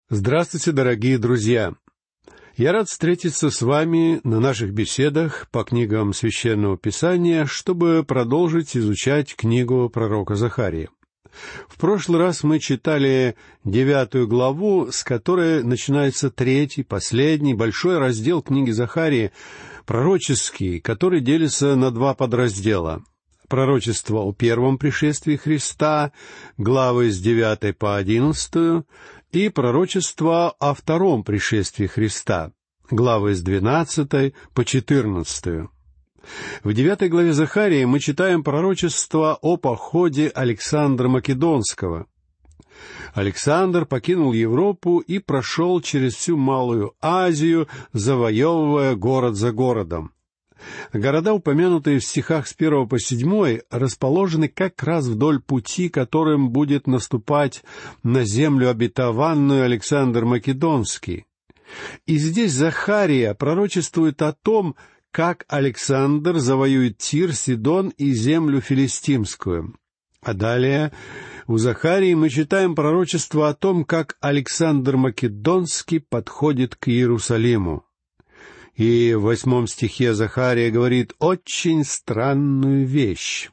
Здравствуйте, дорогие друзья! Я рад встретиться с вами на наших беседах по книгам Священного Писания, чтобы продолжить изучать книгу пророка Захарии. В прошлый раз мы читали 9 главу, с которой начинается 3-й, последний, большой раздел книги Захарии, пророческий, который делится на 2 подраздела. Пророчество о первом пришествии Христа, главы с 9 по 11, и пророчество о втором пришествии Христа, главы с 12 по 14. В 9 главе Захарии мы читаем пророчество о походе Александра Македонского. Александр покинул Европу и прошел через всю Малую Азию, завоевывая город за городом. Города, упомянутые в стихах с 1 по 7, расположены как раз вдоль пути, которым будет наступать на землю обетованную Александр Македонский. И здесь Захария пророчествует о том, как Александр завоюет Тир, Сидон и землю филистимскую. А далее у Захарии мы читаем пророчество о том, как Александр Македонский подходит к Иерусалиму. И в 8 стихе Захария говорит очень странную вещь.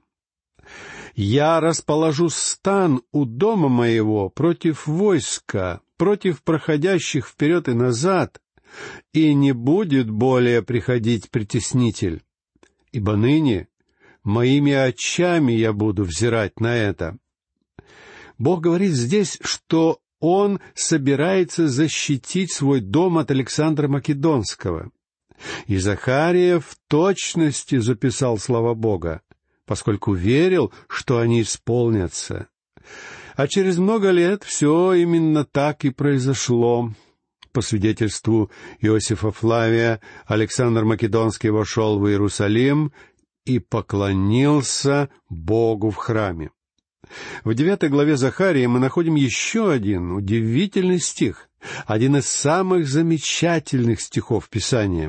«Я расположу стан у дома моего против войска, против проходящих вперед и назад, и не будет более приходить притеснитель. Ибо ныне моими очами я буду взирать на это». Бог говорит здесь, что Он собирается защитить свой дом от Александра Македонского. И Захария в точности записал слова Бога, поскольку верил, что они исполнятся. А через много лет все именно так и произошло. По свидетельству Иосифа Флавия, Александр Македонский вошел в Иерусалим и поклонился Богу в храме. В 9 главе Захарии мы находим еще один удивительный стих, один из самых замечательных стихов Писания.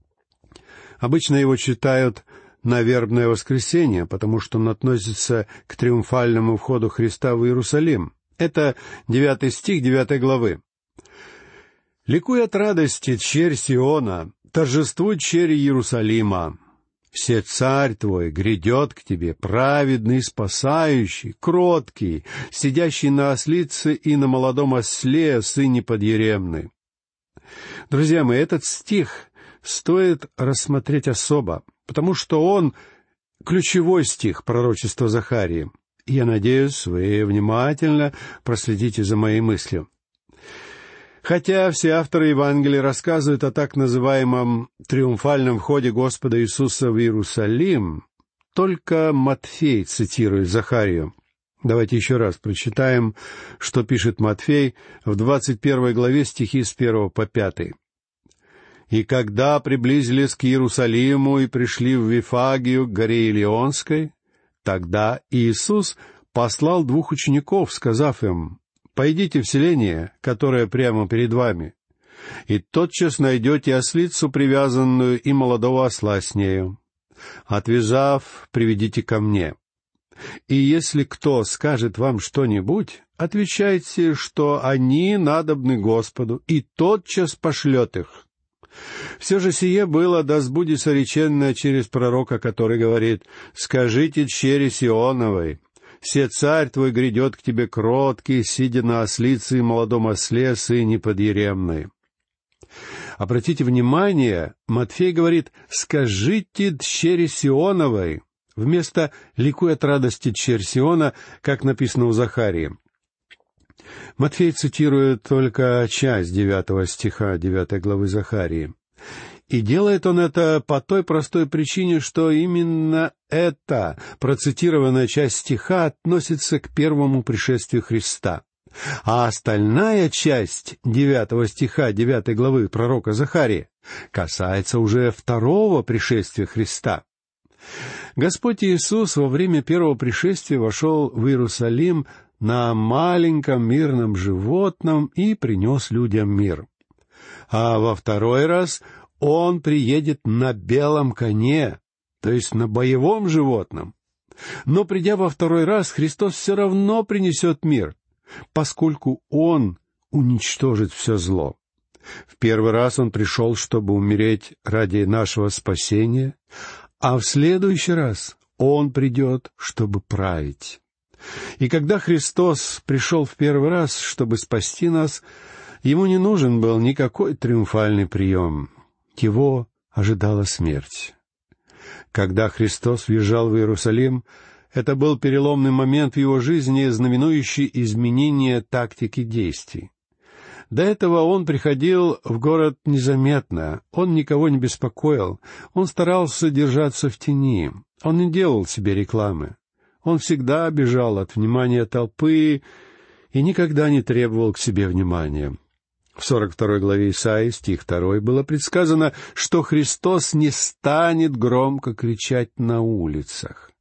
Обычно его читают на вербное воскресенье, потому что он относится к триумфальному входу Христа в Иерусалим. Это 9 стих 9 главы. «Ликуй от радости, черь Сиона, торжествуй, черь Иерусалима. Все царь твой грядет к тебе, праведный и спасающий, кроткий, сидящий на ослице и на молодом осле, сыне подъеремный». Друзья мои, этот стих стоит рассмотреть особо, потому что он ключевой стих пророчества Захарии. Я надеюсь, вы внимательно проследите за моей мыслью. Хотя все авторы Евангелия рассказывают о так называемом триумфальном входе Господа Иисуса в Иерусалим, только Матфей цитирует Захарию. Давайте еще раз прочитаем, что пишет Матфей в 21 главе стихи с 1 по 5. «И когда приблизились к Иерусалиму и пришли в Вифагию, к горе Илионской, тогда Иисус послал 2 учеников, сказав им: «Пойдите в селение, которое прямо перед вами, и тотчас найдете ослицу привязанную и молодого осла с нею. Отвязав, приведите ко мне. И если кто скажет вам что-нибудь, отвечайте, что они надобны Господу, и тотчас пошлет их. Все же сие было, да сбудется реченное через пророка, который говорит: скажите чере Сионовой, се царь твой грядет к тебе кроткий, сидя на ослице и молодом осле, сыне подъеремной». Обратите внимание, Матфей говорит: «Скажите дщери Сионовой», вместо «ликуй от радости, черь Сиона», как написано у Захарии. Матфей цитирует только часть 9 стиха 9 главы Захарии. И делает он это по той простой причине, что именно эта процитированная часть стиха относится к первому пришествию Христа. А остальная часть 9 стиха 9 главы пророка Захарии касается уже второго пришествия Христа. Господь Иисус во время первого пришествия вошел в Иерусалим на маленьком мирном животном и принес людям мир. А во второй раз Он приедет на белом коне, то есть на боевом животном. Но придя во второй раз, Христос все равно принесет мир, поскольку Он уничтожить все зло. В первый раз Он пришел, чтобы умереть ради нашего спасения, а в следующий раз Он придет, чтобы править. И когда Христос пришел в первый раз, чтобы спасти нас, Ему не нужен был никакой триумфальный прием. Его ожидала смерть. Когда Христос въезжал в Иерусалим, это был переломный момент в Его жизни, знаменующий изменение тактики действий. До этого Он приходил в город незаметно, Он никого не беспокоил, Он старался держаться в тени, Он не делал себе рекламы. Он всегда бежал от внимания толпы и никогда не требовал к себе внимания. В 42 главе Исаии, стих 2, было предсказано, что Христос не станет громко кричать на улицах.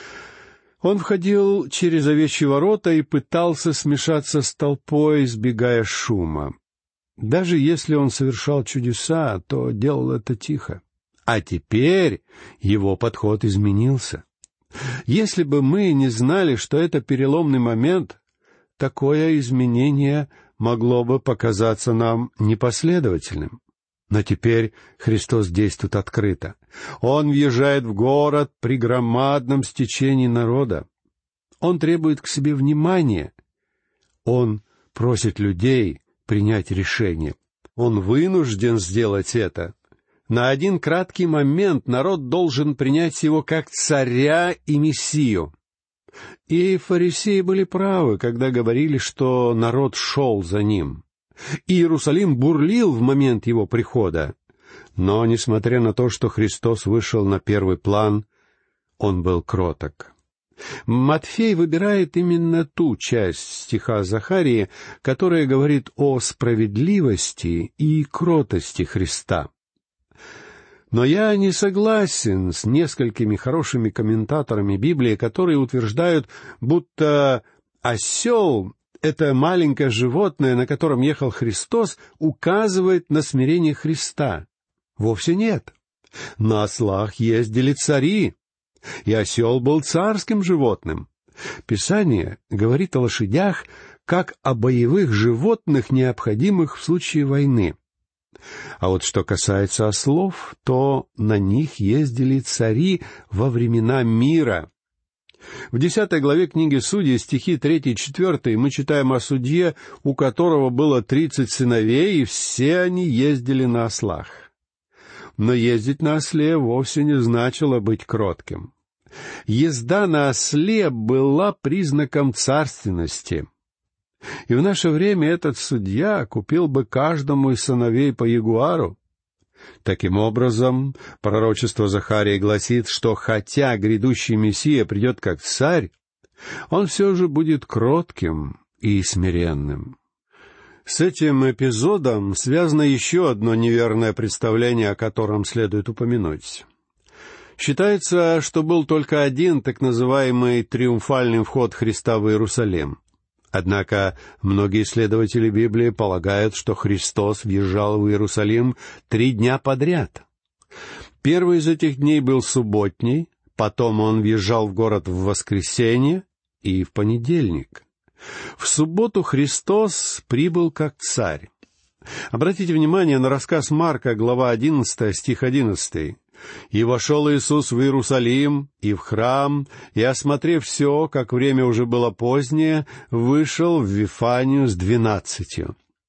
Он входил через овечьи ворота и пытался смешаться с толпой, избегая шума. Даже если он совершал чудеса, то делал это тихо. А теперь его подход изменился. Если бы мы не знали, что это переломный момент, такое изменение могло бы показаться нам непоследовательным. Но теперь Христос действует открыто. Он въезжает в город при громадном стечении народа. Он требует к себе внимания. Он просит людей принять решение. Он вынужден сделать это. На один краткий момент народ должен принять его как царя и мессию. И фарисеи были правы, когда говорили, что народ шел за ним. Иерусалим бурлил в момент его прихода. Но, несмотря на то, что Христос вышел на первый план, он был кроток. Матфей выбирает именно ту часть стиха Захарии, которая говорит о справедливости и кротости Христа. Но я не согласен с несколькими хорошими комментаторами Библии, которые утверждают, будто осел — это маленькое животное, на котором ехал Христос, указывает на смирение Христа. Вовсе нет. На ослах ездили цари, и осел был царским животным. Писание говорит о лошадях как о боевых животных, необходимых в случае войны. А вот что касается ослов, то на них ездили цари во времена мира. В 10 главе книги Судей, стихи 3 и 4, мы читаем о судье, у которого было 30 сыновей, и все они ездили на ослах. Но ездить на осле вовсе не значило быть кротким. Езда на осле была признаком царственности. И в наше время этот судья купил бы каждому из сыновей по ягуару. Таким образом, пророчество Захарии гласит, что хотя грядущий Мессия придет как царь, он все же будет кротким и смиренным. С этим эпизодом связано еще одно неверное представление, о котором следует упомянуть. Считается, что был только один так называемый триумфальный вход Христа в Иерусалим. Однако многие исследователи Библии полагают, что Христос въезжал в Иерусалим 3 дня подряд. Первый из этих дней был субботний, потом он въезжал в город в воскресенье и в понедельник. В субботу Христос прибыл как царь. Обратите внимание на рассказ Марка, глава 11, стих 11. «И вошел Иисус в Иерусалим и в храм, и, осмотрев все, как время уже было позднее, вышел в Вифанию с 12».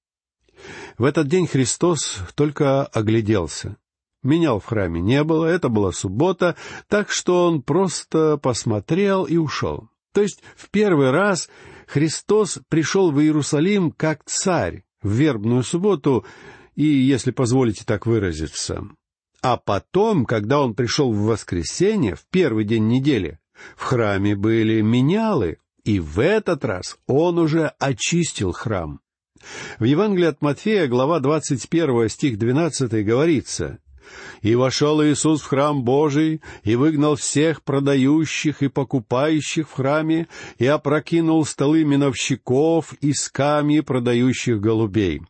В этот день Христос только огляделся. Менял в храме не было, это была суббота, так что он просто посмотрел и ушел. То есть в первый раз Христос пришел в Иерусалим как царь в вербную субботу, и, если позволите так выразиться. А потом, когда он пришел в воскресенье, в первый день недели, в храме были менялы, и в этот раз он уже очистил храм. В Евангелии от Матфея, глава 21, стих 12, говорится: «И вошел Иисус в храм Божий, и выгнал всех продающих и покупающих в храме, и опрокинул столы миновщиков и скамьи продающих голубей».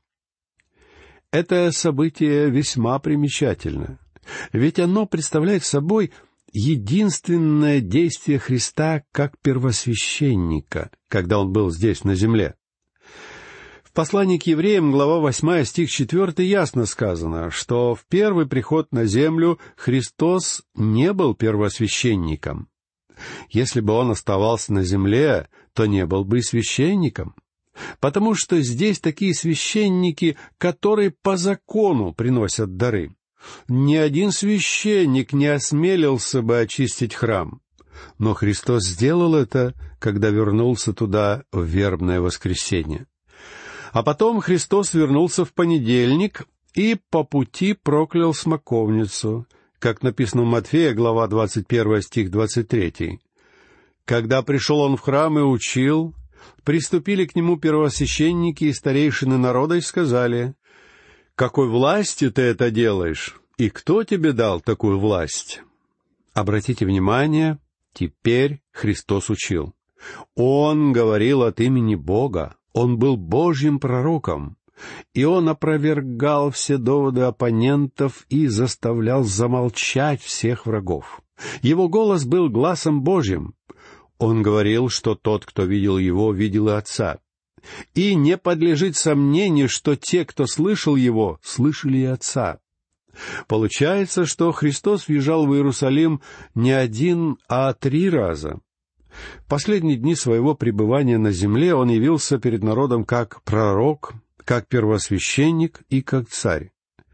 Это событие весьма примечательно, ведь оно представляет собой единственное действие Христа как первосвященника, когда он был здесь на земле. В послании к евреям, глава 8, стих 4, ясно сказано, что в первый приход на землю Христос не был первосвященником. Если бы он оставался на земле, то не был бы и священником, потому что здесь такие священники, которые по закону приносят дары. Ни один священник не осмелился бы очистить храм. Но Христос сделал это, когда вернулся туда в вербное воскресенье. А потом Христос вернулся в понедельник и по пути проклял смоковницу, как написано в Матфея, глава 21, стих 23. «Когда пришел он в храм и учил, приступили к нему первосвященники и старейшины народа и сказали: „Какой властью ты это делаешь? И кто тебе дал такую власть?“ Обратите внимание, теперь Христос учил. Он говорил от имени Бога, он был Божьим пророком, и он опровергал все доводы оппонентов и заставлял замолчать всех врагов. Его голос был гласом Божьим. Он говорил, что тот, кто видел его, видел и Отца. И не подлежит сомнению, что те, кто слышал его, слышали и Отца. Получается, что Христос въезжал в Иерусалим не один, а 3 раза. В последние дни своего пребывания на земле он явился перед народом как пророк, как первосвященник и как царь.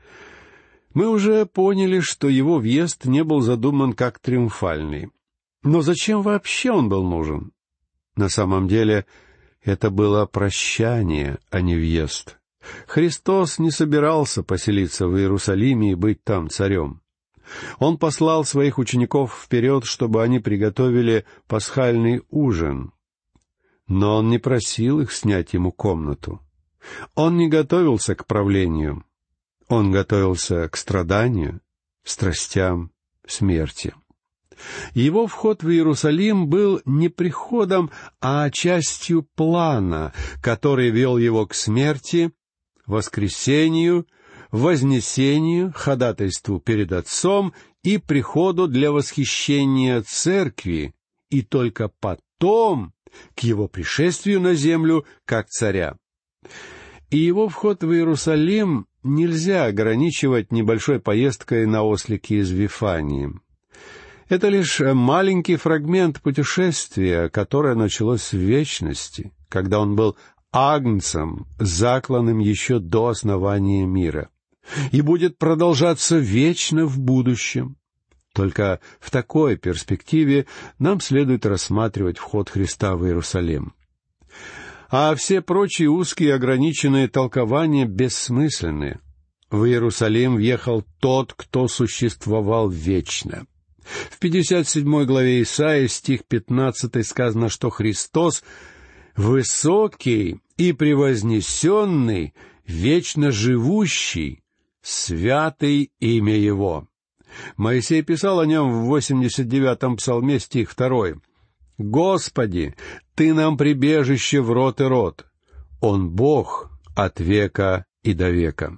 Мы уже поняли, что его въезд не был задуман как триумфальный. Но зачем вообще он был нужен? На самом деле, это было прощание, а не въезд. Христос не собирался поселиться в Иерусалиме и быть там царем. Он послал своих учеников вперед, чтобы они приготовили пасхальный ужин. Но он не просил их снять ему комнату. Он не готовился к правлению. Он готовился к страданию, страстям, смерти. Его вход в Иерусалим был не приходом, а частью плана, который вел его к смерти, воскресению, вознесению, ходатайству перед Отцом и приходу для восхищения Церкви, и только потом к его пришествию на землю как царя. И его вход в Иерусалим нельзя ограничивать небольшой поездкой на ослике из Вифании. Это лишь маленький фрагмент путешествия, которое началось в вечности, когда он был агнцем, закланным еще до основания мира, и будет продолжаться вечно в будущем. Только в такой перспективе нам следует рассматривать вход Христа в Иерусалим. А все прочие узкие ограниченные толкования бессмысленны. В Иерусалим въехал тот, кто существовал вечно. В 57 главе Исаии, стих 15, сказано, что Христос высокий и превознесенный, вечно живущий, святый имя Его. Моисей писал о нем в 89-м псалме, стих 2. «Господи, Ты нам прибежище в род и род. Он Бог от века и до века».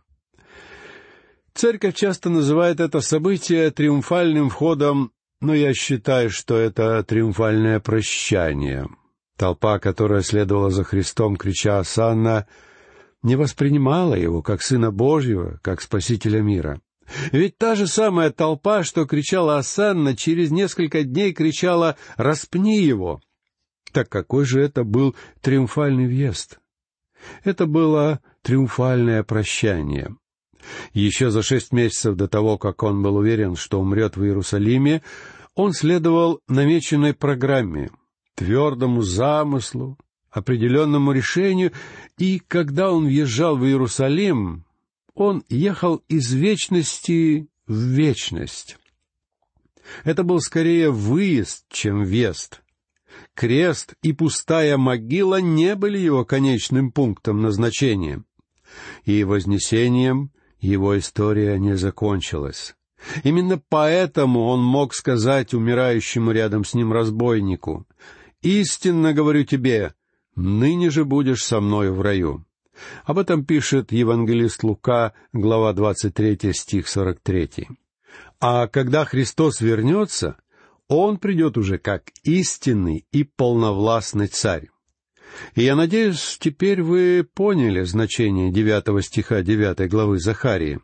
Церковь часто называет это событие триумфальным входом, но я считаю, что это триумфальное прощание. Толпа, которая следовала за Христом, крича «Осанна», не воспринимала его как Сына Божьего, как Спасителя мира. Ведь та же самая толпа, что кричала «Осанна», через несколько дней кричала «Распни его». Так какой же это был триумфальный въезд? Это было триумфальное прощание. Еще за 6 месяцев до того, как он был уверен, что умрет в Иерусалиме, он следовал намеченной программе, твердому замыслу, определенному решению, и когда он въезжал в Иерусалим, он ехал из вечности в вечность. Это был скорее выезд, чем въезд. Крест и пустая могила не были его конечным пунктом назначения. И вознесением его история не закончилась. Именно поэтому он мог сказать умирающему рядом с ним разбойнику: «Истинно говорю тебе, ныне же будешь со мною в раю». Об этом пишет евангелист Лука, глава 23, стих 43. А когда Христос вернется, Он придет уже как истинный и полновластный царь. И я надеюсь, теперь вы поняли значение 9 стиха 9 главы Захарии.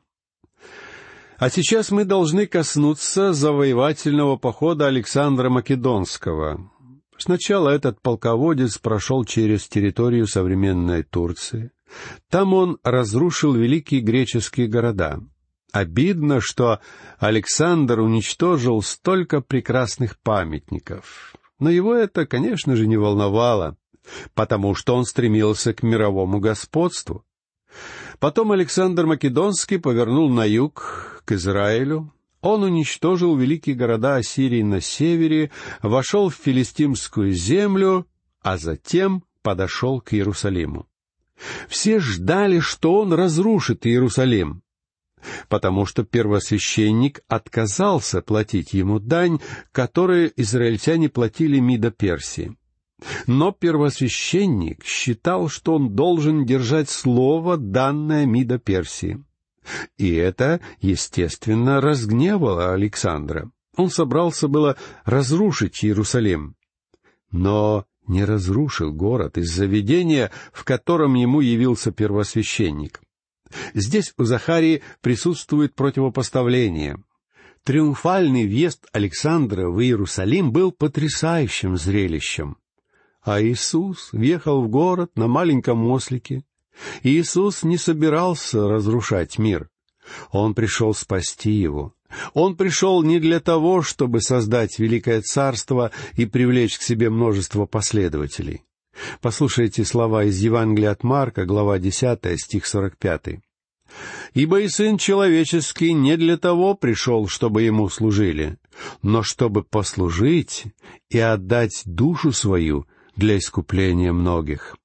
А сейчас мы должны коснуться завоевательного похода Александра Македонского. Сначала этот полководец прошел через территорию современной Турции. Там он разрушил великие греческие города. Обидно, что Александр уничтожил столько прекрасных памятников. Но его это, конечно же, не волновало, потому что он стремился к мировому господству. Потом Александр Македонский повернул на юг, к Израилю. Он уничтожил великие города Ассирии на севере, вошел в филистимскую землю, а затем подошел к Иерусалиму. Все ждали, что он разрушит Иерусалим, потому что первосвященник отказался платить ему дань, которую израильтяне платили Мидо-Персии. Но первосвященник считал, что он должен держать слово, данное Мидо-Персии. И это, естественно, разгневало Александра. Он собрался было разрушить Иерусалим, но не разрушил город из-за видения, в котором ему явился первосвященник. Здесь у Захарии присутствует противопоставление. Триумфальный въезд Александра в Иерусалим был потрясающим зрелищем. А Иисус въехал в город на маленьком ослике. Иисус не собирался разрушать мир. Он пришел спасти его. Он пришел не для того, чтобы создать великое царство и привлечь к себе множество последователей. Послушайте слова из Евангелия от Марка, глава 10, стих 45. «Ибо и Сын Человеческий не для того пришел, чтобы Ему служили, но чтобы послужить и отдать душу свою для искупления многих».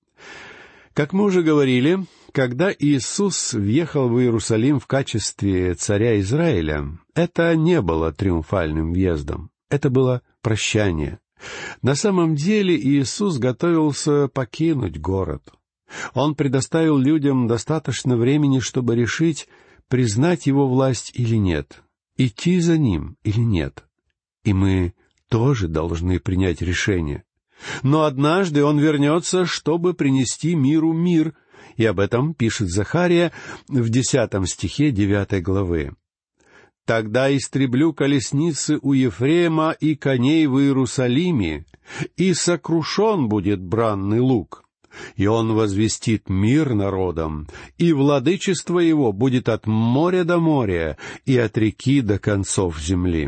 Как мы уже говорили, когда Иисус въехал в Иерусалим в качестве царя Израиля, это не было триумфальным въездом, это было прощание. На самом деле Иисус готовился покинуть город. Он предоставил людям достаточно времени, чтобы решить, признать его власть или нет, идти за ним или нет. И мы тоже должны принять решение. Но однажды он вернется, чтобы принести миру мир, и об этом пишет Захария в 10 стихе 9 главы. «Тогда истреблю колесницы у Ефрема и коней в Иерусалиме, и сокрушен будет бранный луг, и он возвестит мир народам, и владычество его будет от моря до моря, и от реки до концов земли».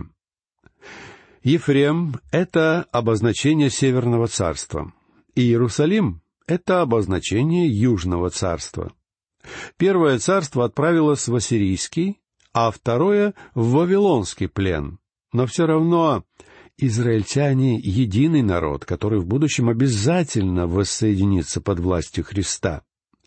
Ефрем — это обозначение Северного царства, и Иерусалим — это обозначение Южного царства. Первое царство отправилось в ассирийский, а второе — в вавилонский плен. Но все равно израильтяне — единый народ, который в будущем обязательно воссоединится под властью Христа.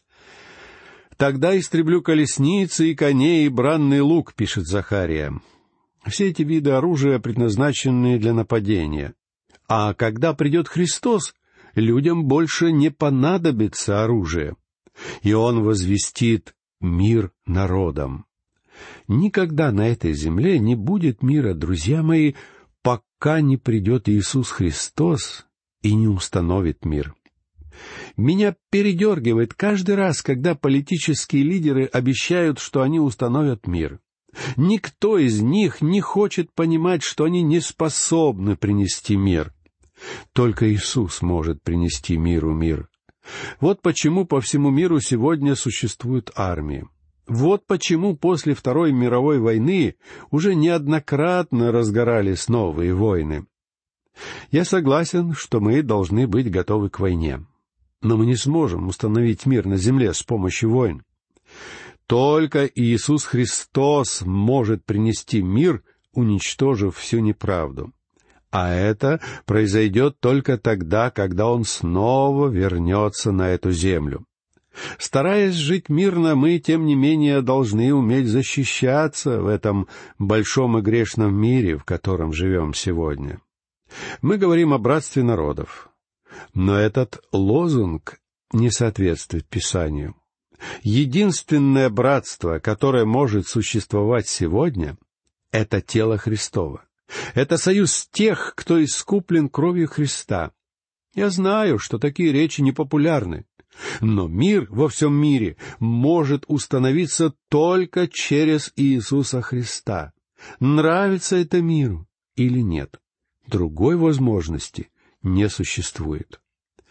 «Тогда истреблю колесницы и коней и бранный лук», — пишет Захария. Все эти виды оружия предназначены для нападения. А когда придет Христос, людям больше не понадобится оружие, и Он возвестит мир народам. Никогда на этой земле не будет мира, друзья мои, пока не придет Иисус Христос и не установит мир. Меня передергивает каждый раз, когда политические лидеры обещают, что они установят мир. Никто из них не хочет понимать, что они не способны принести мир. Только Иисус может принести миру мир. Вот почему по всему миру сегодня существуют армии. Вот почему после Второй мировой войны уже неоднократно разгорались новые войны. Я согласен, что мы должны быть готовы к войне. Но мы не сможем установить мир на земле с помощью войн. Только Иисус Христос может принести мир, уничтожив всю неправду. А это произойдет только тогда, когда Он снова вернется на эту землю. Стараясь жить мирно, мы, тем не менее, должны уметь защищаться в этом большом и грешном мире, в котором живем сегодня. Мы говорим о братстве народов, но этот лозунг не соответствует Писанию. Единственное братство, которое может существовать сегодня, — это тело Христово. Это союз тех, кто искуплен кровью Христа. Я знаю, что такие речи непопулярны, но мир во всем мире может установиться только через Иисуса Христа. Нравится это миру или нет? Другой возможности не существует.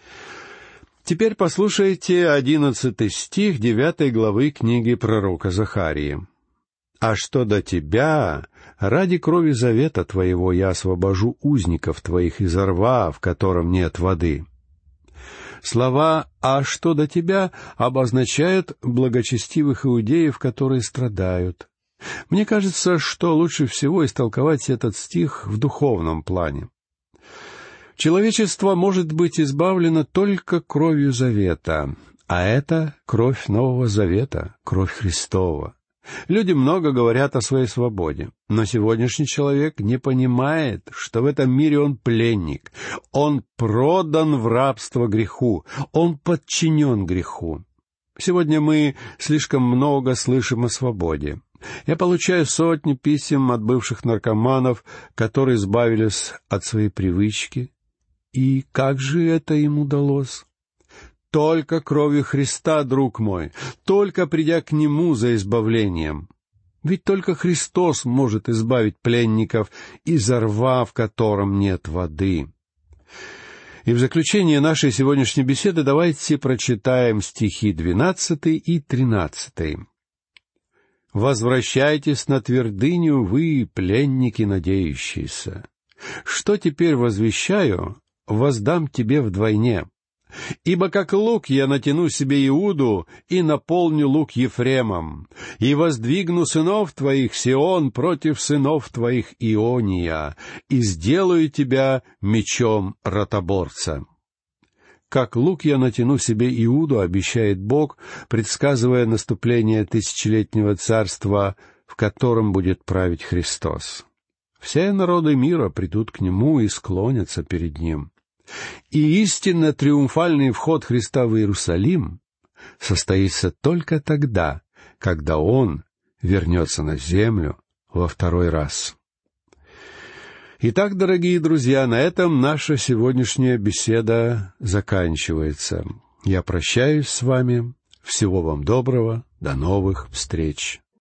Теперь послушайте 11 стих 9 главы книги пророка Захарии. «А что до тебя, ради крови завета твоего я освобожу узников твоих из рва, в котором нет воды». Слова «а что до тебя» обозначают благочестивых иудеев, которые страдают. Мне кажется, что лучше всего истолковать этот стих в духовном плане. Человечество может быть избавлено только кровью завета, а это кровь Нового Завета, кровь Христова. Люди много говорят о своей свободе, но сегодняшний человек не понимает, что в этом мире он пленник, он продан в рабство греху, он подчинен греху. Сегодня мы слишком много слышим о свободе. Я получаю сотни писем от бывших наркоманов, которые избавились от своей привычки. И как же это им удалось? Только кровью Христа, друг мой, только придя к Нему за избавлением. Ведь только Христос может избавить пленников из рва, в котором нет воды. И в заключение нашей сегодняшней беседы давайте прочитаем стихи 12 и 13. «Возвращайтесь на твердыню, вы, пленники надеющиеся. Что теперь возвещаю, воздам тебе вдвойне. Ибо как лук я натяну себе Иуду и наполню лук Ефремом, и воздвигну сынов твоих Сион против сынов твоих Иония, и сделаю тебя мечом ротоборца». Как лук я натяну себе Иуду, обещает Бог, предсказывая наступление тысячелетнего царства, в котором будет править Христос. Все народы мира придут к Нему и склонятся перед Ним. И истинно триумфальный вход Христа в Иерусалим состоится только тогда, когда Он вернется на землю во второй раз. Итак, дорогие друзья, на этом наша сегодняшняя беседа заканчивается. Я прощаюсь с вами. Всего вам доброго. До новых встреч.